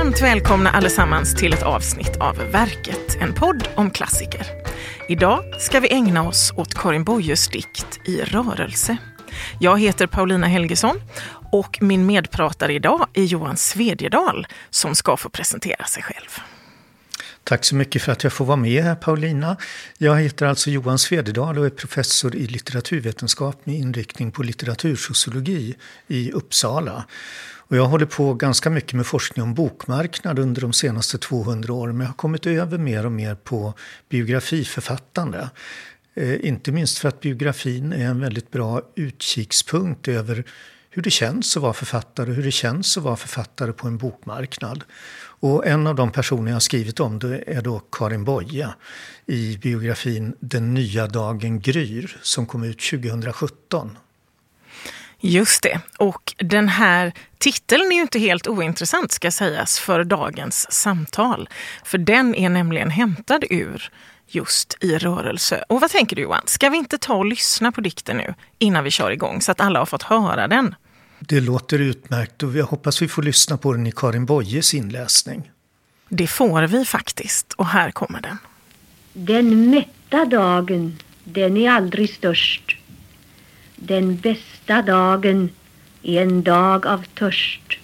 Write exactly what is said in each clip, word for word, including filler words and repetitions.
Varmt välkomna allesammans till ett avsnitt av Verket, en podd om klassiker. Idag ska vi ägna oss åt Karin Boyes dikt I rörelse. Jag heter Paulina Helgesson och min medpratare idag är Johan Svedjedal som ska få presentera sig själv. Tack så mycket för att jag får vara med här, Paulina. Jag heter alltså Johan Svedjedal och är professor i litteraturvetenskap med inriktning på litteratursociologi i Uppsala. Och jag håller på ganska mycket med forskning om bokmarknad under de senaste tvåhundra åren, men jag har kommit över mer och mer på biografiförfattande. Eh, inte minst för att biografin är en väldigt bra utkikspunkt över hur det känns att vara författare, hur det känns att vara författare på en bokmarknad. Och en av de personer jag har skrivit om det är då Karin Boye i biografin Den nya dagen gryr som kom ut tjugohundrasjutton. Just det, och den här titeln är ju inte helt ointressant ska sägas för dagens samtal. För den är nämligen hämtad ur just I rörelse. Och vad tänker du, Johan? Ska vi inte ta och lyssna på dikten nu innan vi kör igång så att alla har fått höra den? Det låter utmärkt och jag hoppas vi får lyssna på den i Karin Boyes inläsning. Det får vi faktiskt, och här kommer den. Den mätta dagen, den är aldrig störst. Den bästa dagen är en dag av törst.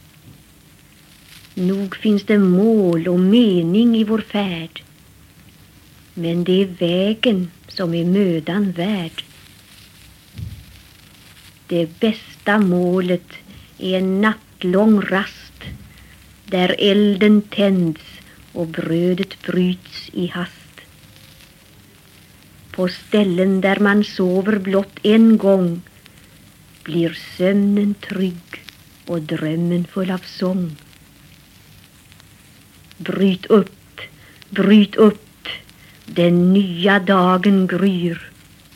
Nog finns det mål och mening i vår färd, men det är vägen som är mödan värd. Det bästa målet är en nattlång rast, där elden tänds och brödet bryts i hast. På ställen där man sover blott en gång blir sömnen trygg och drömmen full av sång. Bryt upp, bryt upp, den nya dagen gryr.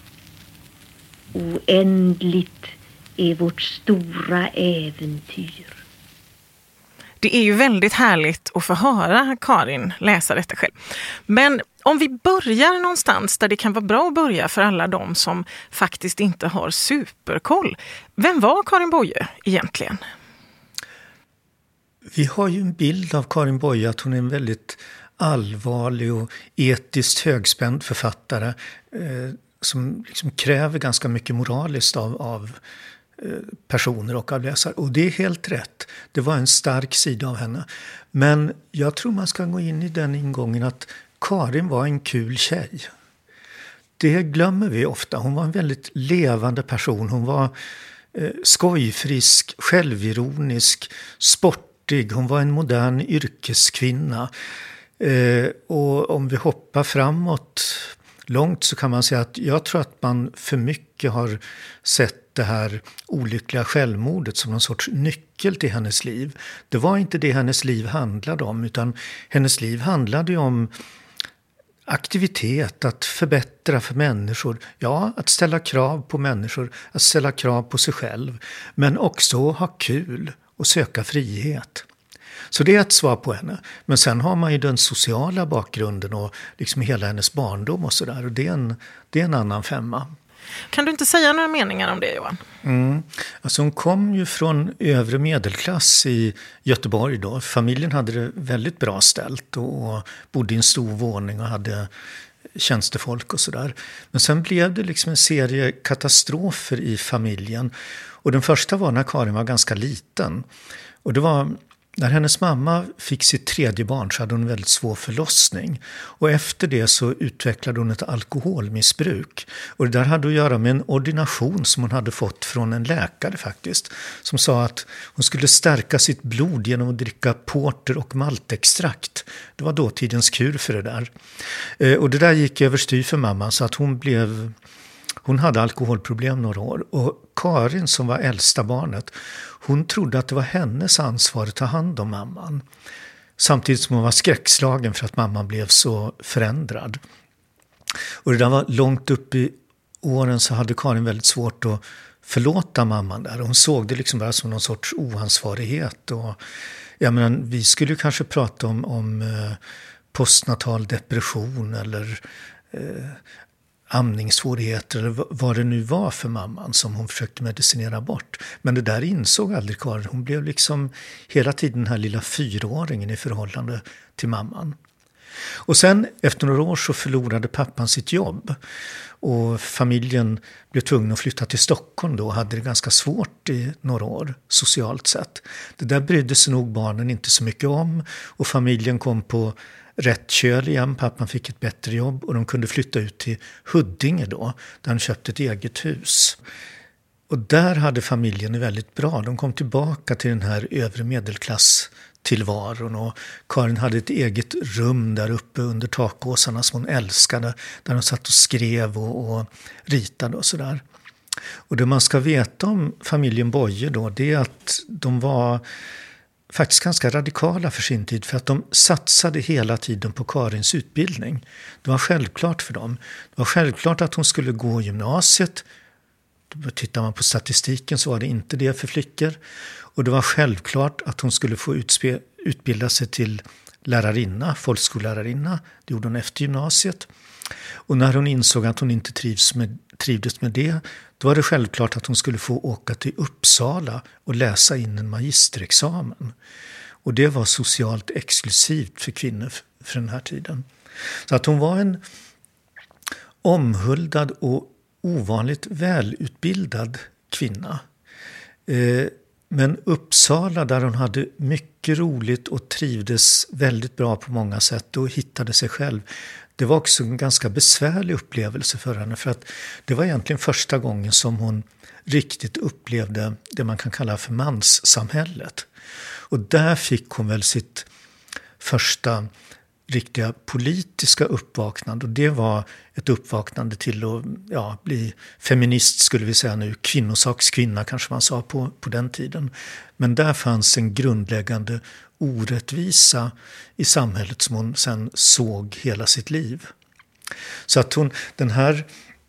Oändligt är vårt stora äventyr. Det är ju väldigt härligt att få höra Karin läsa detta själv. Men om vi börjar någonstans där det kan vara bra att börja för alla de som faktiskt inte har superkoll. Vem var Karin Boye egentligen? Vi har ju en bild av Karin Boye att hon är en väldigt allvarlig och etiskt högspänd författare eh, som liksom kräver ganska mycket moraliskt av, av personer och av läsare. Och det är helt rätt. Det var en stark sida av henne. Men jag tror man ska gå in i den ingången att Karin var en kul tjej. Det glömmer vi ofta. Hon var en väldigt levande person. Hon var eh, skojfrisk, självironisk, sportig. Hon var en modern yrkeskvinna. Eh, och om vi hoppar framåt långt så kan man säga att jag tror att man för mycket har sett det här olyckliga självmordet som någon sorts nyckel till hennes liv. Det var inte det hennes liv handlade om, utan hennes liv handlade om aktivitet, att förbättra för människor. Ja, att ställa krav på människor, att ställa krav på sig själv. Men också ha kul och söka frihet. Så det är ett svar på henne. Men sen har man ju den sociala bakgrunden och liksom hela hennes barndom och sådär. Och det är, en, det är en annan femma. Kan du inte säga några meningar om det, Johan? Mm. Alltså hon kom ju från övre medelklass i Göteborg då. Familjen hade det väldigt bra ställt och bodde i en stor våning och hade tjänstefolk och sådär. Men sen blev det liksom en serie katastrofer i familjen. Och den första var när Karin var ganska liten. Och det var när hennes mamma fick sitt tredje barn så hade hon en väldigt svår förlossning. Och efter det så utvecklade hon ett alkoholmissbruk. Och det där hade att göra med en ordination som hon hade fått från en läkare faktiskt. Som sa att hon skulle stärka sitt blod genom att dricka porter och maltextrakt. Det var dåtidens kur för det där. Och det där gick överstyr för mamma så att hon blev... Hon hade alkoholproblem några år och Karin som var äldsta barnet, hon trodde att det var hennes ansvar att ta hand om mamman. Samtidigt som hon var skräckslagen för att mamman blev så förändrad. Och det där var långt upp i åren så hade Karin väldigt svårt att förlåta mamman där. Hon såg det liksom bara som någon sorts oansvarighet. Och, jag menar, vi skulle kanske prata om, om postnatal depression eller... Eh, amningssvårigheter eller vad det nu var för mamman som hon försökte medicinera bort. Men det där insåg aldrig Karin. Hon blev liksom hela tiden den här lilla fyraåringen i förhållande till mamman. Och sen efter några år så förlorade pappan sitt jobb och familjen blev tvungen att flytta till Stockholm då och hade det ganska svårt i några år socialt sett. Det där brydde sig nog barnen inte så mycket om och familjen kom på rätt köl igen. Pappan fick ett bättre jobb och de kunde flytta ut till Huddinge då där han köpte ett eget hus. Och där hade familjen det väldigt bra. De kom tillbaka till den här övre medelklass tillvaron och Karin hade ett eget rum där uppe under takåsarna som hon älskade där hon satt och skrev och, och ritade och sådär. Och det man ska veta om familjen Boye då det är att de var faktiskt ganska radikala för sin tid för att de satsade hela tiden på Karins utbildning. Det var självklart för dem. Det var självklart att hon skulle gå gymnasiet. Tittar man på statistiken så var det inte det för flickor. Och det var självklart att hon skulle få utspe- utbilda sig till lärarinna, folkskollärarina. Det gjorde hon efter gymnasiet. Och när hon insåg att hon inte trivs med, trivdes med det, då var det självklart att hon skulle få åka till Uppsala och läsa in en magisterexamen. Och det var socialt exklusivt för kvinnor för den här tiden. Så att hon var en omhuldad och ovanligt välutbildad kvinna. Eh, men Uppsala där hon hade mycket roligt och trivdes väldigt bra på många sätt och hittade sig själv. Det var också en ganska besvärlig upplevelse för henne för att det var egentligen första gången som hon riktigt upplevde det man kan kalla för manssamhället. Och där fick hon väl sitt första riktiga politiska uppvaknande och det var ett uppvaknande till att ja, bli feminist skulle vi säga nu, kvinnosakskvinna kanske man sa på, på den tiden. Men där fanns en grundläggande orättvisa i samhället som hon sen såg hela sitt liv. Så att hon, den här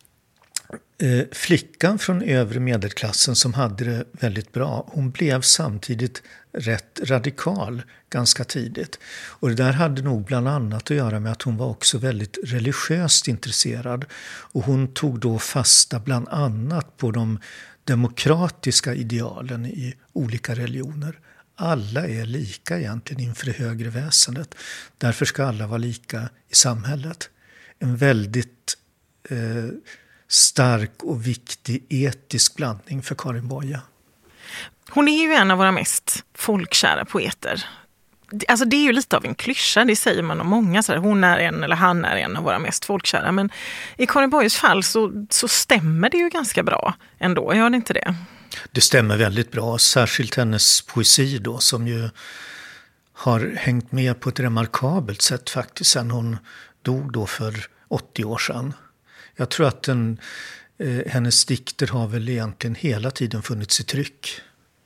eh, flickan från övre medelklassen som hade det väldigt bra, hon blev samtidigt rätt radikal ganska tidigt. Och det där hade nog bland annat att göra med att hon var också väldigt religiöst intresserad. Och hon tog då fasta bland annat på de demokratiska idealen i olika religioner. Alla är lika egentligen inför det högre väsendet. Därför ska alla vara lika i samhället. En väldigt eh, stark och viktig etisk blandning för Karin Boye. Hon är ju en av våra mest folkkära poeter. Alltså det är ju lite av en klyscha, det säger man om många. Så här, hon är en eller han är en av våra mest folkkära. Men i Karin Boyes fall så, så stämmer det ju ganska bra ändå, gör det inte det? Det stämmer väldigt bra, särskilt hennes poesi då som ju har hängt med på ett remarkabelt sätt faktiskt sen hon dog då för åttio år sedan. Jag tror att den, eh, hennes dikter har väl egentligen hela tiden funnits i tryck.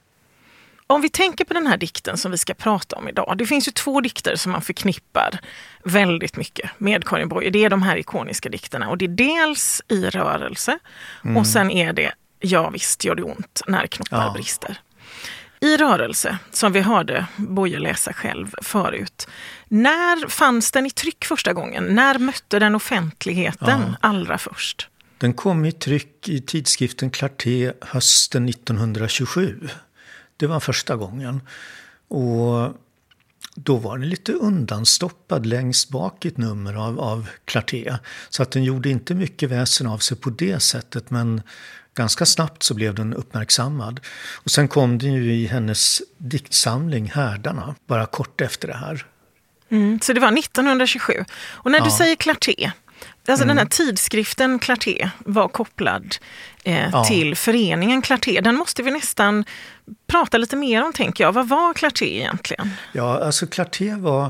Om vi tänker på den här dikten som vi ska prata om idag. Det finns ju två dikter som man förknippar väldigt mycket med Karin Boye. Det är de här ikoniska dikterna. Och det är dels I rörelse mm. och sen är det Ja visst gör det ont när knoppar ja. brister. I rörelse, som vi hörde Boye läsa själv förut. När fanns den i tryck första gången? När mötte den offentligheten ja. allra först? Den kom i tryck i tidskriften Clarté hösten nittonhundratjugosju. Det var första gången. Och då var den lite undanstoppad längst bak i ett nummer av, av Clarté. Så att den gjorde inte mycket väsen av sig på det sättet. Men ganska snabbt så blev den uppmärksammad. Och sen kom den ju i hennes diktsamling Härdarna. Bara kort efter det här. Mm, så det var nittonhundratjugosju. Och när ja. du säger Clarté. Alltså mm. den här tidskriften Clarté var kopplad eh, ja. till föreningen Clarté. Den måste vi nästan prata lite mer om, tänker jag. Vad var Clarté egentligen? Ja, alltså Clarté var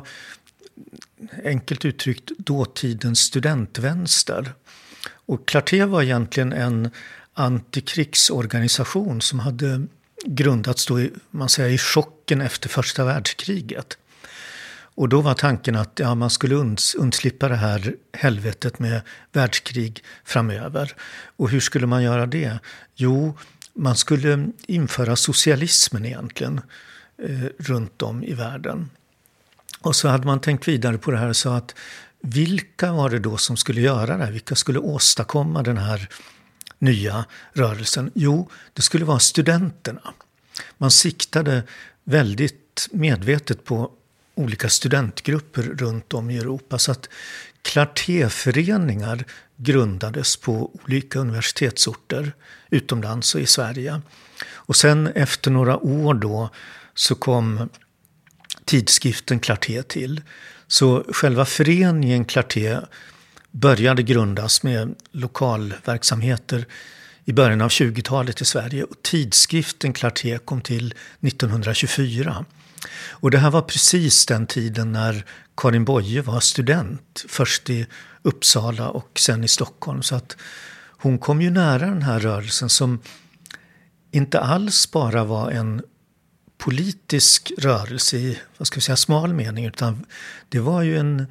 enkelt uttryckt dåtidens studentvänster. Och Clarté var egentligen en antikrigsorganisation som hade grundats då i, man säger, i chocken efter första världskriget. Och då var tanken att ja, man skulle unds, undslippa det här helvetet med världskrig framöver. Och hur skulle man göra det? Jo, man skulle införa socialismen egentligen eh, runt om i världen. Och så hade man tänkt vidare på det här så att vilka var det då som skulle göra det här? Vilka skulle åstadkomma den här nya rörelsen? Jo, det skulle vara studenterna. Man siktade väldigt medvetet på olika studentgrupper runt om i Europa, så att Clarté-föreningar grundades på olika universitetsorter utomlands och i Sverige. Och sen efter några år då så kom tidskriften Clarté till. Så själva föreningen Clarté började grundas med lokalverksamheter i början av tjugotalet i Sverige, och tidskriften Clarté kom till nittonhundratjugofyra. Och det här var precis den tiden när Karin Boye var student, först i Uppsala och sen i Stockholm. Så att hon kom ju nära den här rörelsen som inte alls bara var en politisk rörelse i, vad ska vi säga, smal mening, utan det var ju en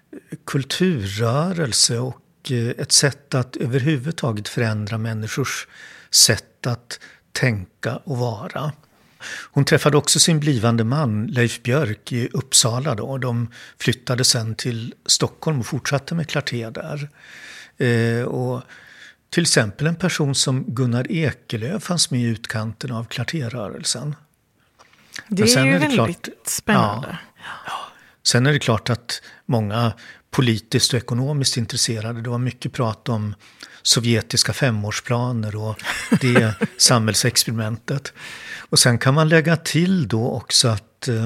kulturrörelse och ett sätt att överhuvudtaget förändra människors sätt att tänka och vara. Hon träffade också sin blivande man Leif Björk i Uppsala då. De flyttade sen till Stockholm och fortsatte med Clarté där. Eh, och till exempel en person som Gunnar Ekelöf fanns med i utkanten av Clarté-rörelsen. Det är ju är det väldigt klart, spännande. Ja, ja. Sen är det klart att många politiskt och ekonomiskt intresserade, det var mycket prat om sovjetiska femårsplaner och det samhällsexperimentet. Och sen kan man lägga till då också att eh,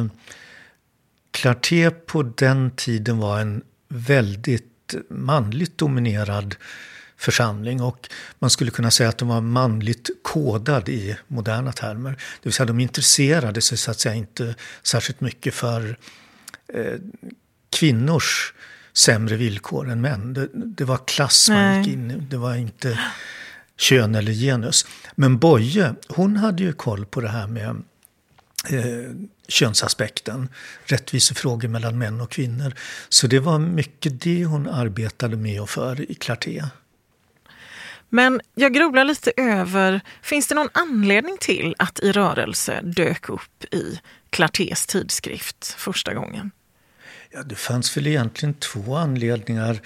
Clarté på den tiden var en väldigt manligt dominerad församling, och man skulle kunna säga att de var manligt kodad i moderna termer. Det vill säga de intresserade sig så att säga inte särskilt mycket för eh, kvinnors sämre villkor än män. Det, det var klass man gick in i. Det var inte kön eller genus. Men Boye, hon hade ju koll på det här med eh, könsaspekten. Rättvisefrågor mellan män och kvinnor. Så det var mycket det hon arbetade med och för i Clarté. Men jag grubblar lite över, finns det någon anledning till att I rörelse dök upp i Clartés tidskrift första gången? Ja, det fanns väl egentligen två anledningar.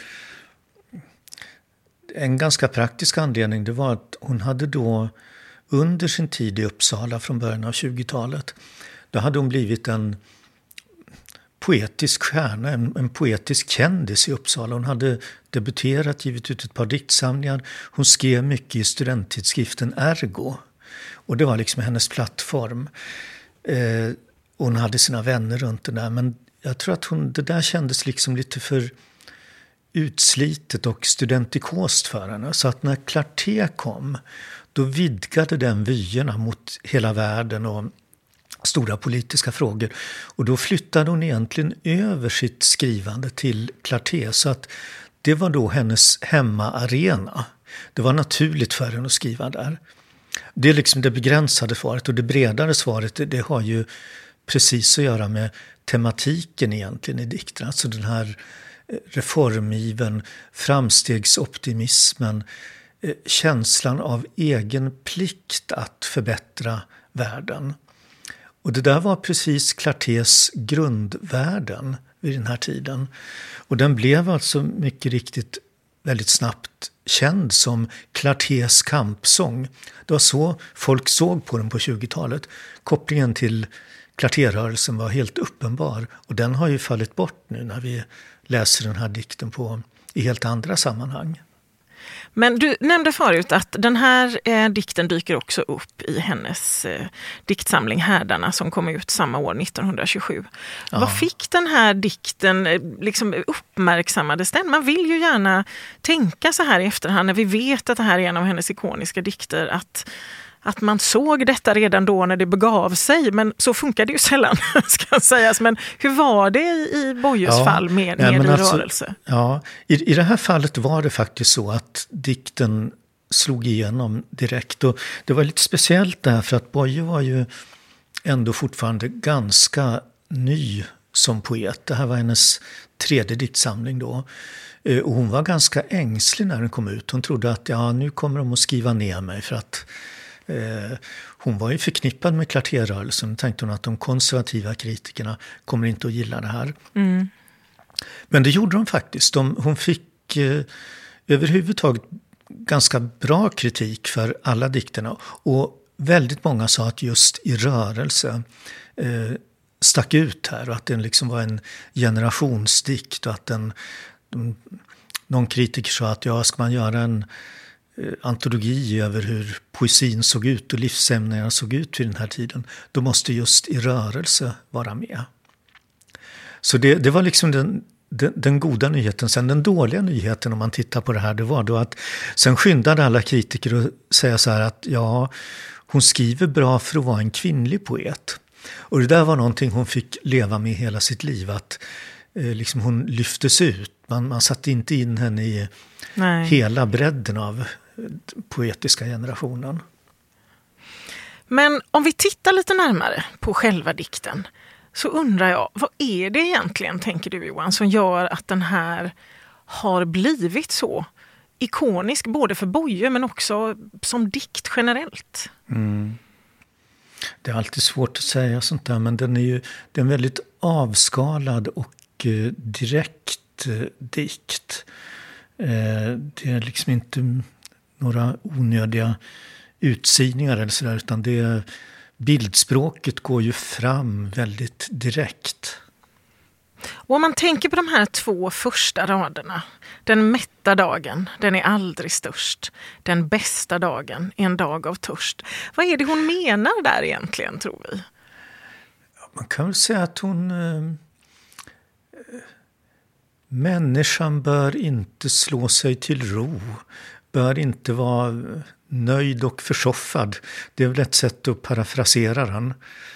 En ganska praktisk anledning, det var att hon hade då under sin tid i Uppsala från början av tjugotalet, då hade hon blivit en poetisk stjärna, en, en poetisk kändis i Uppsala. Hon hade debuterat, givit ut ett par diktsamlingar. Hon skrev mycket i studenttidskriften Ergo. Och det var liksom hennes plattform. Eh, hon hade sina vänner runt den där. Men jag tror att hon, det där kändes liksom lite för utslitet och studentikost för henne. Så att när Clarté kom, då vidgade den vyerna mot hela världen och stora politiska frågor. Och då flyttade hon egentligen över sitt skrivande till Clarté, så att det var då hennes hemmaarena. Det var naturligt för henne att skriva där. Det är liksom det begränsade svaret, och det bredare svaret, det, det har ju precis att göra med tematiken egentligen i dikten. Alltså den här reformiven, framstegsoptimismen, känslan av egen plikt att förbättra världen. Och det där var precis Clartés grundvärden vid den här tiden. Och den blev alltså mycket riktigt väldigt snabbt känd som Clartés kampsång. Det var så folk såg på den på tjugotalet. Kopplingen till Clarté-rörelsen var helt uppenbar. Och den har ju fallit bort nu när vi läser den här dikten på, i helt andra sammanhang. Men du nämnde förut att den här eh, dikten dyker också upp i hennes eh, diktsamling Härdarna som kom ut samma år nittonhundratjugosju. Ja. Vad fick den här dikten, eh, liksom uppmärksammades den? Man vill ju gärna tänka så här i efterhand när vi vet att det här är en av hennes ikoniska dikter, att Att man såg detta redan då när det begav sig, men så funkar det ju sällan, ska sägas. Men hur var det i Boyes ja, fall med, med ja, i alltså, rörelse? Ja, i, i det här fallet var det faktiskt så att dikten slog igenom direkt. Och det var lite speciellt därför att Boye var ju ändå fortfarande ganska ny som poet. Det här var hennes tredje diktsamling då. Och hon var ganska ängslig när den kom ut. Hon trodde att ja, nu kommer de att skriva ner mig för att Eh, hon var ju förknippad med Clarté-rörelsen. Tänkte hon att de konservativa kritikerna kommer inte att gilla det här. Mm. Men det gjorde de faktiskt. De, hon fick eh, överhuvudtaget ganska bra kritik för alla dikterna. Och väldigt många sa att just i rörelse eh, stack ut här. Och att den liksom var en generationsdikt. Och att den, de, någon kritiker sa att ja, ska man göra en eh, antologi över hur poesin såg ut och livsämnena såg ut vid den här tiden. Då måste just i rörelse vara med. Så det, det var liksom den... Den, den goda nyheten. Sen den dåliga nyheten om man tittar på det här, det var då att sen skyndade alla kritiker att säga så här att ja, hon skriver bra för att vara en kvinnlig poet. Och det där var någonting hon fick leva med hela sitt liv, att eh, liksom hon lyftes ut. Man, man satte inte in henne i Nej. hela bredden av poetiska generationen. Men om vi tittar lite närmare på själva dikten, så undrar jag, vad är det egentligen, tänker du Johan, som gör att den här har blivit så ikonisk både för Boye men också som dikt generellt? Mm. Det är alltid svårt att säga sånt där, men den är ju den är väldigt avskalad och eh, direkt eh, dikt. Eh, det är liksom inte några onödiga utsidningar eller sådär, utan det är bildspråket går ju fram väldigt direkt. Och om man tänker på de här två första raderna. Den mätta dagen, den är aldrig störst. Den bästa dagen är en dag av törst. Vad är det hon menar där egentligen, tror vi? Man kan väl säga att hon... Eh, människan bör inte slå sig till ro. Bör inte vara nöjd och försoffad. Det är väl ett sätt att parafrasera den.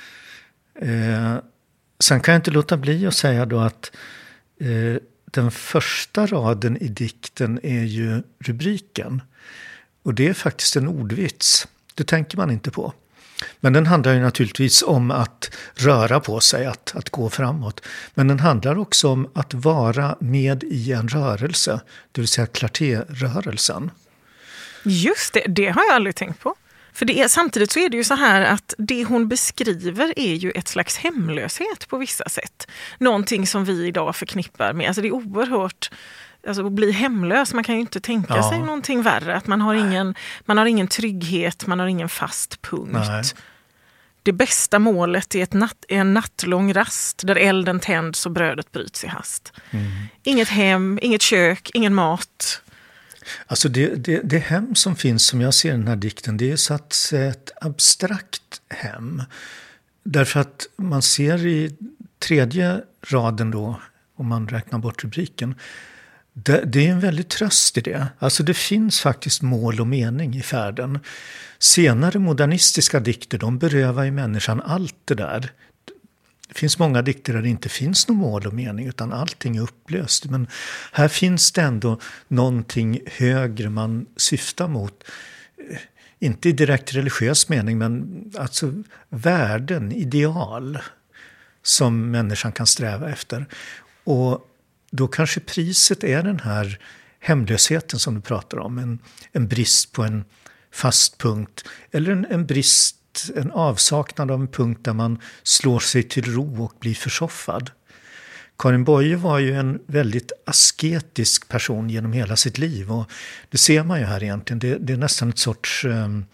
Eh, sen kan jag inte låta bli att säga då att eh, den första raden i dikten är ju rubriken. Och det är faktiskt en ordvits. Det tänker man inte på. Men den handlar ju naturligtvis om att röra på sig, att, att gå framåt. Men den handlar också om att vara med i en rörelse. Det vill säga Clarté-rörelsen. Just det, det har jag aldrig tänkt på. För det är, samtidigt så är det ju så här att det hon beskriver är ju ett slags hemlöshet på vissa sätt. Någonting som vi idag förknippar med. Alltså det är oerhört... Alltså att bli hemlös, man kan ju inte tänka ja. sig någonting värre. Att man har, ingen, man har ingen trygghet, man har ingen fast punkt. Nej. Det bästa målet är, ett natt, är en nattlång rast där elden tänds och brödet bryts i hast. Mm. Inget hem, inget kök, ingen mat. Alltså det, det, det hem som finns, som jag ser i den här dikten, det är så att ett abstrakt hem. Därför att man ser i tredje raden då, om man räknar bort rubriken, det, det är en väldigt tröst i det. Alltså det finns faktiskt mål och mening i färden. Senare modernistiska dikter, de berövar ju människan allt det där. Det finns många dikter där det inte finns någon mål och mening, utan allting är upplöst. Men här finns det ändå någonting högre man syftar mot. Inte i direkt religiös mening, men alltså värden, ideal som människan kan sträva efter. Och då kanske priset är den här hemlösheten som du pratar om. En, en brist på en fast punkt. Eller en, en brist, en avsaknad av en punkt där man slår sig till ro och blir försoffad. Karin Boye var ju en väldigt asketisk person genom hela sitt liv. Och det ser man ju här egentligen. Det, det är nästan ett sorts um,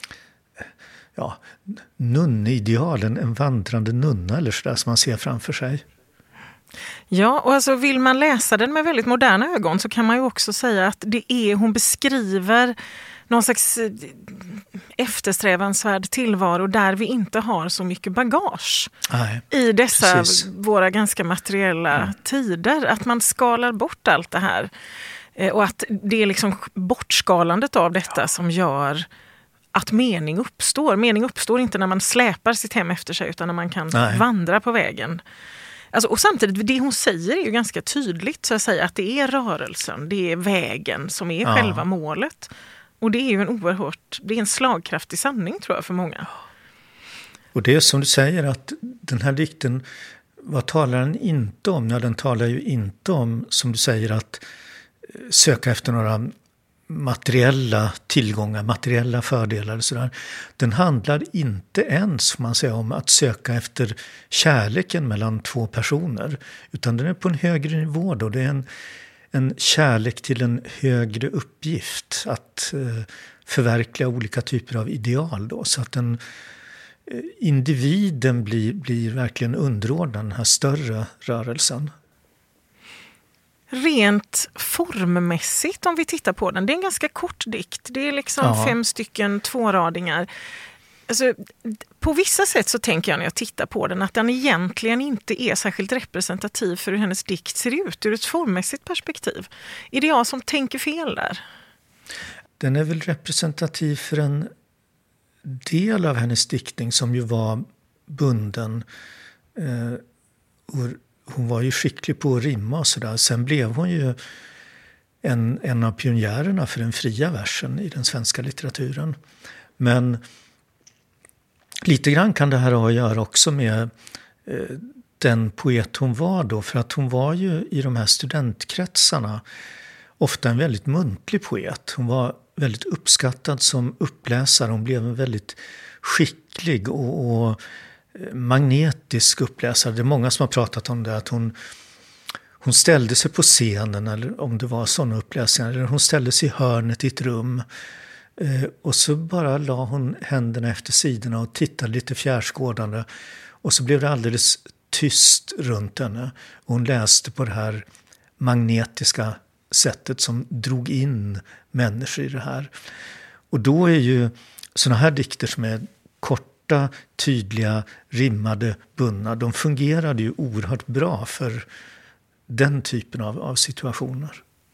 ja, nunneideal. En, en vandrande nunna eller sådär som man ser framför sig. Ja, och alltså vill man läsa den med väldigt moderna ögon så kan man ju också säga att det är, hon beskriver någon slags eftersträvansvärd tillvaro där vi inte har så mycket bagage. Nej, i dessa precis. Våra ganska materiella mm. tider. Att man skalar bort allt det här. Och att det är liksom bortskalandet av detta ja. som gör att mening uppstår. Mening uppstår inte när man släpar sitt hem efter sig utan när man kan Nej. vandra på vägen. Alltså, och samtidigt, det hon säger är ju ganska tydligt så att säga, att det är rörelsen, det är vägen som är ja. själva målet. Och det är ju en oerhört, det är en slagkraftig sanning tror jag för många. Och det är som du säger att den här dikten, vad talar den inte om? Ja, den talar ju inte om, som du säger, att söka efter några materiella tillgångar, materiella fördelar och sådär. Den handlar inte ens, får man säga, om att söka efter kärleken mellan två personer, utan den är på en högre nivå då. Det är en, en kärlek till en högre uppgift, att eh, förverkliga olika typer av ideal då, så att den eh, individen blir, blir verkligen underordnad den här större rörelsen. Rent formmässigt, om vi tittar på den, det är en ganska kort dikt. Det är liksom ja. fem stycken tvåradingar. Alltså, på vissa sätt så tänker jag när jag tittar på den att den egentligen inte är särskilt representativ för hur hennes dikt ser ut ur ett formmässigt perspektiv. Är det jag som tänker fel där? Den är väl representativ för en del av hennes diktning som ju var bunden. Eh, och hon var ju skicklig på att rimma och sådär. Sen blev hon ju en, en av pionjärerna för den fria versen i den svenska litteraturen. Men lite grann kan det här ha att göra också med eh, den poet hon var då. För att hon var ju i de här studentkretsarna ofta en väldigt muntlig poet. Hon var väldigt uppskattad som uppläsare. Hon blev en väldigt skicklig och, och magnetisk uppläsare. Det är många som har pratat om det, att hon, hon ställde sig på scenen, eller om det var sådana uppläsningar, eller hon ställde sig i hörnet i ett rum eh, och så bara la hon händerna efter sidorna och tittade lite fjärrskådande, och så blev det alldeles tyst runt henne. Och hon läste på det här magnetiska sättet som drog in människor i det här. Och då är ju sådana här dikter som är korta, tydliga, rimmade, bundna, de fungerade ju oerhört bra för den typen av, av situationer.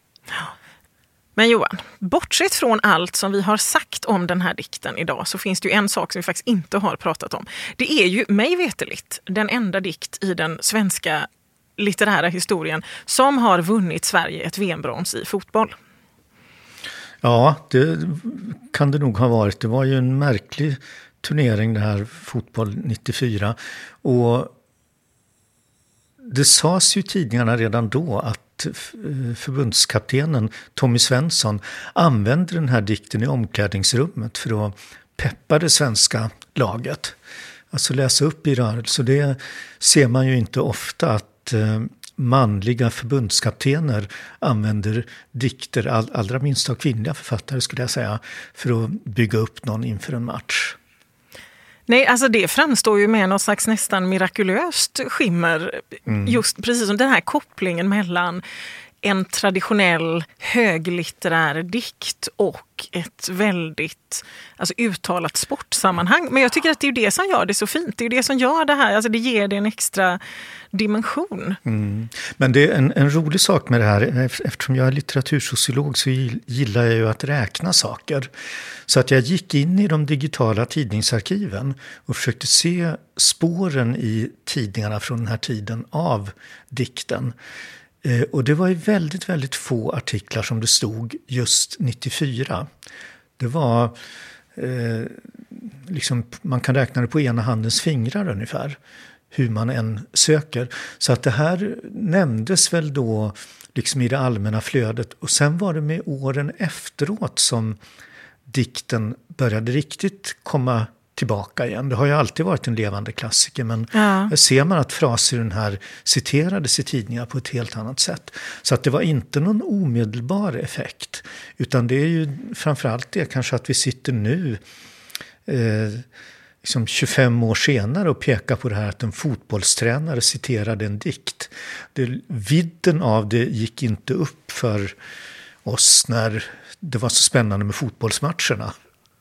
Men Johan, bortsett från allt som vi har sagt om den här dikten idag, så finns det ju en sak som vi faktiskt inte har pratat om. Det är ju, mig veterligt, den enda dikt i den svenska litterära historien som har vunnit Sverige ett V M-brons i fotboll. Ja, det kan det nog ha varit. Det var ju en märklig turnering det här, fotboll nittiofyra. Och det sades ju i tidningarna redan då att förbundskaptenen Tommy Svensson använde den här dikten i omklädningsrummet för att peppa det svenska laget. Alltså läsa upp i rörelse. Det ser man ju inte ofta, att manliga förbundskaptener använder dikter, all, allra minst av kvinnliga författare skulle jag säga, för att bygga upp någon inför en match. Nej, alltså det framstår ju med något slags nästan mirakulöst skimmer. Mm. Just precis som den här kopplingen mellan en traditionell höglitterär dikt och ett väldigt alltså, uttalat sportsammanhang. Men jag tycker att det är det som gör det så fint. Det är det som gör det här, alltså det ger det en extra dimension. Mm. Men det är en, en rolig sak med det här, eftersom jag är litteratursociolog så gillar jag ju att räkna saker. Så att jag gick in i de digitala tidningsarkiven och försökte se spåren i tidningarna från den här tiden av dikten. Eh, och det var ju väldigt, väldigt få artiklar som det stod just nittiofyra. Det var, eh, liksom, man kan räkna det på ena handens fingrar ungefär, hur man än söker. Så att det här nämndes väl då liksom i det allmänna flödet. Och sen var det med åren efteråt som dikten började riktigt komma tillbaka igen. Det har ju alltid varit en levande klassiker, men ja. Ser man att fraser i den här citerades i tidningar på ett helt annat sätt. Så att det var inte någon omedelbar effekt, utan det är ju framförallt det kanske att vi sitter nu eh, liksom tjugofem år senare och pekar på det här att en fotbollstränare citerade en dikt. Det, vidden av det gick inte upp för oss när det var så spännande med fotbollsmatcherna.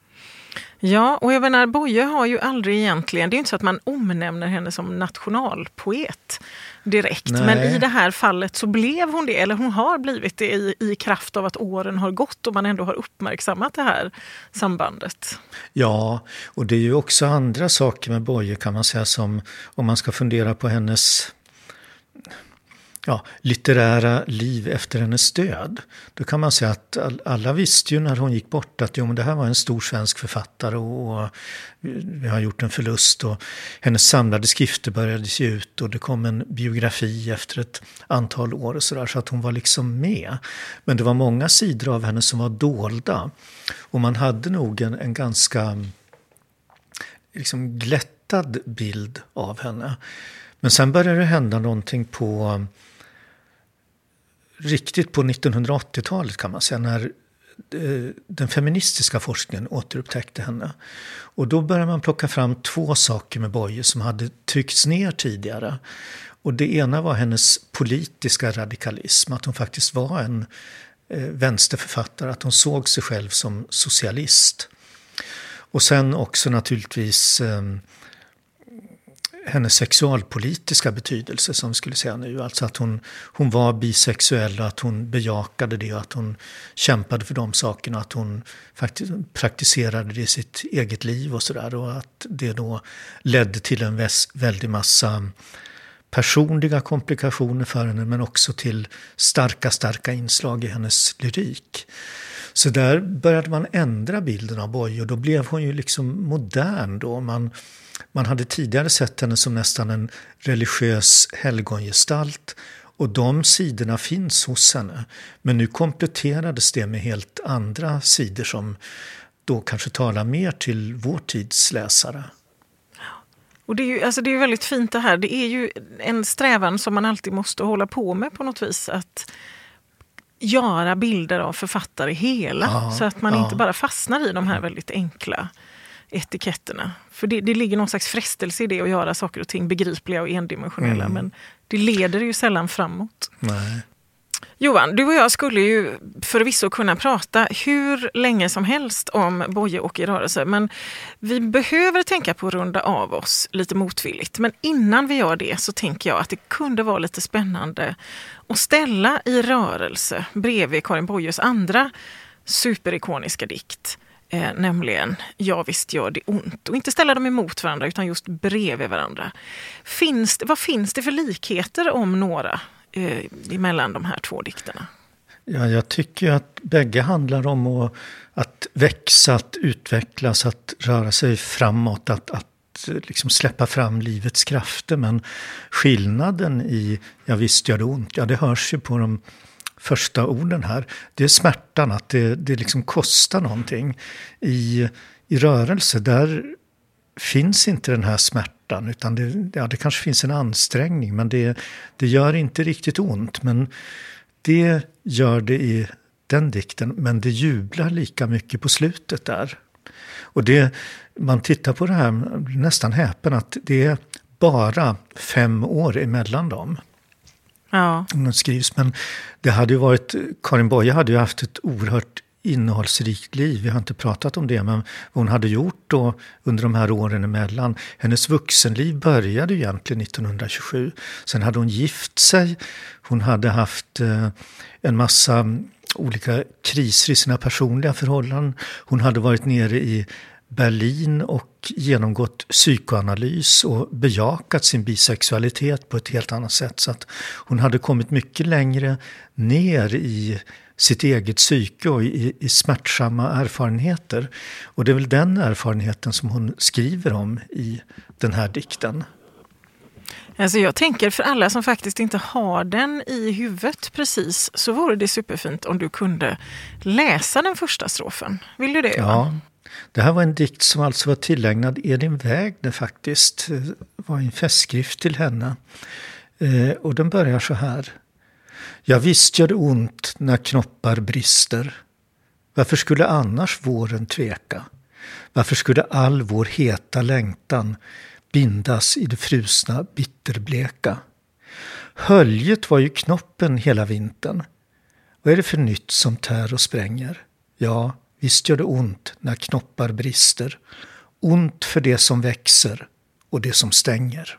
Ja, och jag menar, Boye har ju aldrig egentligen, det är ju inte så att man omnämner henne som nationalpoet direkt. Nej. Men i det här fallet så blev hon det, eller hon har blivit det i, i kraft av att åren har gått och man ändå har uppmärksammat det här sambandet. Ja, och det är ju också andra saker med Boye kan man säga, som om man ska fundera på hennes ja, litterära liv efter hennes död. Då kan man säga att alla visste ju när hon gick bort att jo, men det här var en stor svensk författare och vi har gjort en förlust. Och hennes samlade skrifter började se ut och det kom en biografi efter ett antal år och sådär, så att hon var liksom med. Men det var många sidor av henne som var dolda. Och man hade nog en, en ganska liksom glättad bild av henne. Men sen började det hända någonting på riktigt på nittonhundraåttiotalet kan man säga, när den feministiska forskningen återupptäckte henne. Och då började man plocka fram två saker med Boye som hade tryckts ner tidigare. Och det ena var hennes politiska radikalism, att hon faktiskt var en vänsterförfattare, att hon såg sig själv som socialist. Och sen också naturligtvis hennes sexualpolitiska betydelse, som vi skulle säga nu. Alltså att hon, hon var bisexuell och att hon bejakade det och att hon kämpade för de sakerna. Att hon faktiskt praktiserade det i sitt eget liv och sådär. Och att det då ledde till en väs, väldig massa personliga komplikationer för henne, men också till starka, starka inslag i hennes lyrik. Så där började man ändra bilden av Boye och då blev hon ju liksom modern då. Man... Man hade tidigare sett henne som nästan en religiös helgongestalt och de sidorna finns hos henne. Men nu kompletterades det med helt andra sidor som då kanske talar mer till vår tids läsare. Och det är ju alltså det är väldigt fint det här. Det är ju en strävan som man alltid måste hålla på med på något vis, att göra bilder av författare hela, ja, så att man ja. inte bara fastnar i de här väldigt enkla etiketterna. För det, det ligger någon slags frestelse i det att göra saker och ting begripliga och endimensionella, mm. men det leder ju sällan framåt. Nej. Johan, du och jag skulle ju förvisso kunna prata hur länge som helst om Boye och i rörelse, men vi behöver tänka på att runda av oss lite motvilligt. Men innan vi gör det så tänker jag att det kunde vara lite spännande att ställa i rörelse bredvid Karin Boyes andra superikoniska dikt. Eh, nämligen Ja visst gör det ont. Och inte ställa dem emot varandra utan just bredvid varandra. Finns det, vad finns det för likheter om några eh, emellan de här två dikterna? Ja, jag tycker att bägge handlar om att, att växa, att utvecklas, att röra sig framåt, att, att liksom släppa fram livets krafter. Men skillnaden i Ja visst gör det ont, ja det hörs ju på de första orden här. Det är smärtan, att det, det liksom kostar någonting. I, i rörelse, där finns inte den här smärtan, utan det, ja, det kanske finns en ansträngning, men det, det gör inte riktigt ont. Men det gör det i den dikten, men det jublar lika mycket på slutet där. Och det, man tittar på det här nästan häpen, att det är bara fem år emellan dem. Ja. Skrivs, men det hade ju varit, Karin Boye hade ju haft ett oerhört innehållsrikt liv. Vi har inte pratat om det, men vad hon hade gjort då under de här åren emellan. Hennes vuxenliv började ju egentligen nittonhundratjugosju. Sen hade hon gift sig. Hon hade haft eh, en massa olika kriser i sina personliga förhållanden. Hon hade varit nere i Berlin och genomgått psykoanalys och bejakat sin bisexualitet på ett helt annat sätt. Så att hon hade kommit mycket längre ner i sitt eget psyke och i, i smärtsamma erfarenheter. Och det är väl den erfarenheten som hon skriver om i den här dikten. Alltså jag tänker för alla som faktiskt inte har den i huvudet precis, så vore det superfint om du kunde läsa den första strofen. Vill du det? Ja. Det här var en dikt som alltså var tillägnad Edin Wägner faktiskt. Det var en festskrift till henne. Eh, och den börjar så här. Ja visst gör det ont när knoppar brister. Varför skulle annars våren tveka? Varför skulle all vår heta längtan bindas i det frusna bitterbleka? Höljet var ju knoppen hela vintern. Vad är det för nytt som tär och spränger? Ja, visst gör det ont när knoppar brister. Ont för det som växer och det som stänger.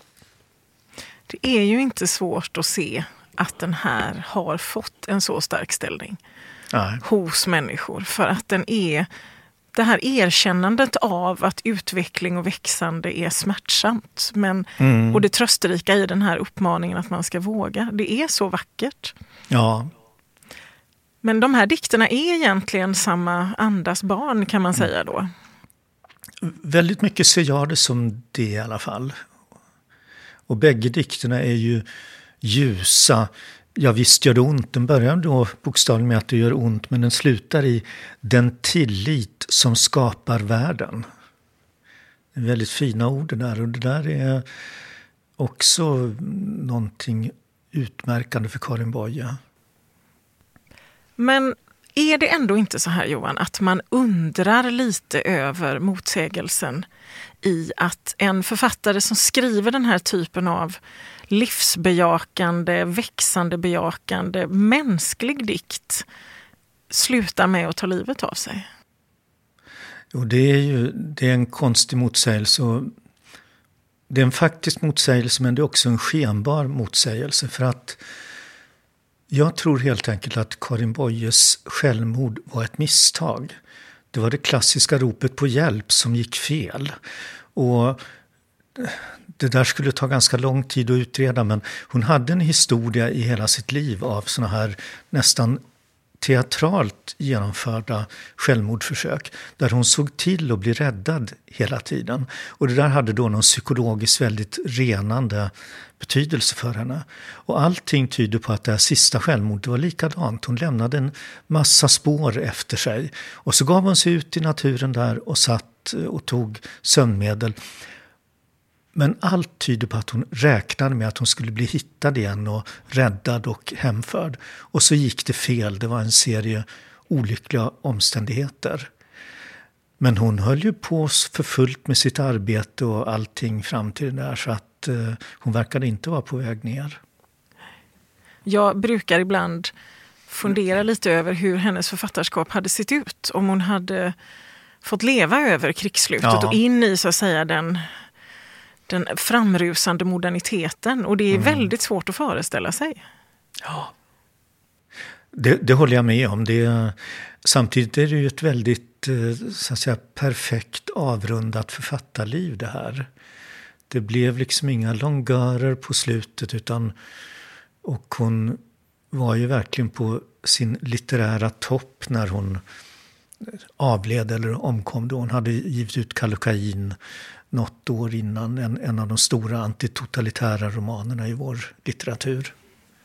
Det är ju inte svårt att se att den här har fått en så stark ställning. Nej. Hos människor. För att den är det här erkännandet av att utveckling och växande är smärtsamt. Men, mm. Och det trösterika i den här uppmaningen att man ska våga. Det är så vackert. Ja. Men de här dikterna är egentligen samma andas barn, kan man säga då. Väldigt mycket ser jag det som det i alla fall. Och bägge dikterna är ju ljusa. Ja, visst gör det ont. Den börjar då bokstavligen med att det gör ont, men den slutar i den tillit som skapar världen. Det är väldigt fina ord det där, och det där är också någonting utmärkande för Karin Boye. Men är det ändå inte så här, Johan, att man undrar lite över motsägelsen i att en författare som skriver den här typen av livsbejakande, växande bejakande, mänsklig dikt slutar med att ta livet av sig? Jo, det är ju det är en konstig motsägelse. Det är en faktisk motsägelse, men det är också en skenbar motsägelse, för att jag tror helt enkelt att Karin Boyes självmord var ett misstag. Det var det klassiska ropet på hjälp som gick fel. Och det där skulle ta ganska lång tid att utreda, men hon hade en historia i hela sitt liv av såna här nästan teatralt genomförda självmordsförsök där hon såg till att bli räddad hela tiden. Och det där hade då någon psykologiskt väldigt renande betydelse för henne. Och allting tyder på att det här sista självmordet var likadant. Hon lämnade en massa spår efter sig. Och så gav hon sig ut i naturen där och satt och tog sömnmedel. Men allt tyder på att hon räknade med att hon skulle bli hittad igen och räddad och hemförd. Och så gick det fel. Det var en serie olyckliga omständigheter. Men hon höll ju på för fullt med sitt arbete och allting fram till det där, så att eh, hon verkade inte vara på väg ner. Jag brukar ibland fundera lite över hur hennes författarskap hade sett ut om hon hade fått leva över krigsslutet ja. och in i så att säga den... den framrusande moderniteten. Och det är mm. väldigt svårt att föreställa sig. Ja, det, det håller jag med om. Det, samtidigt är det ju ett väldigt så att säga, perfekt avrundat författarliv det här. Det blev liksom inga långörer på slutet, utan och hon var ju verkligen på sin litterära topp när hon avled eller omkom då. Hon hade givit ut Kallocain något år innan, en, en av de stora antitotalitära romanerna i vår litteratur.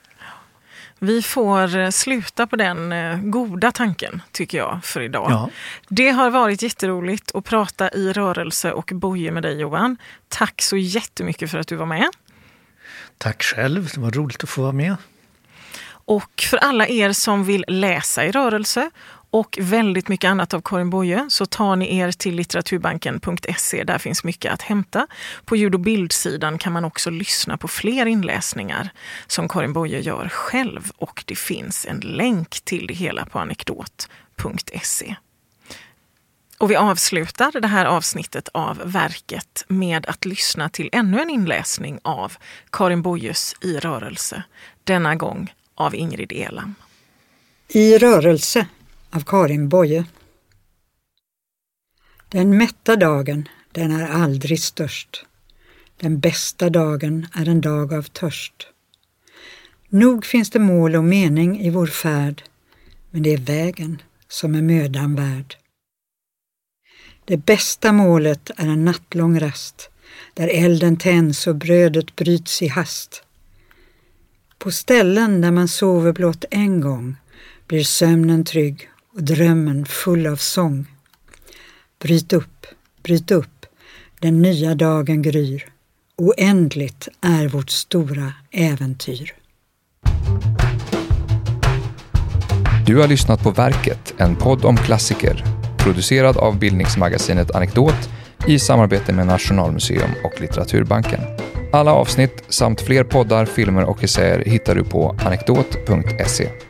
Vi får sluta på den goda tanken, tycker jag, för idag. Ja. Det har varit jätteroligt att prata i Rörelse och Boye med dig, Johan. Tack så jättemycket för att du var med. Tack själv, det var roligt att få vara med. Och för alla er som vill läsa i Rörelse och väldigt mycket annat av Karin Boye, så tar ni er till litteraturbanken punkt se. Där finns mycket att hämta. På ljud- och bildsidan kan man också lyssna på fler inläsningar som Karin Boye gör själv. Och det finns en länk till det hela på anekdot punkt se. Och vi avslutar det här avsnittet av verket med att lyssna till ännu en inläsning av Karin Boyes I rörelse. Denna gång av Ingrid Elam. I rörelse av Karin Boye. Den mätta dagen, den är aldrig störst. Den bästa dagen är en dag av törst. Nog finns det mål och mening i vår färd, men det är vägen som är mödan värd. Det bästa målet är en nattlång rast, där elden tänds och brödet bryts i hast. På ställen där man sover blott en gång blir sömnen trygg och drömmen full av sång. Bryt upp, bryt upp, den nya dagen gryr. Oändligt är vårt stora äventyr. Du har lyssnat på Verket, en podd om klassiker, producerad av bildningsmagasinet Anekdot i samarbete med Nationalmuseum och Litteraturbanken. Alla avsnitt samt fler poddar, filmer och essäer hittar du på anekdot punkt se.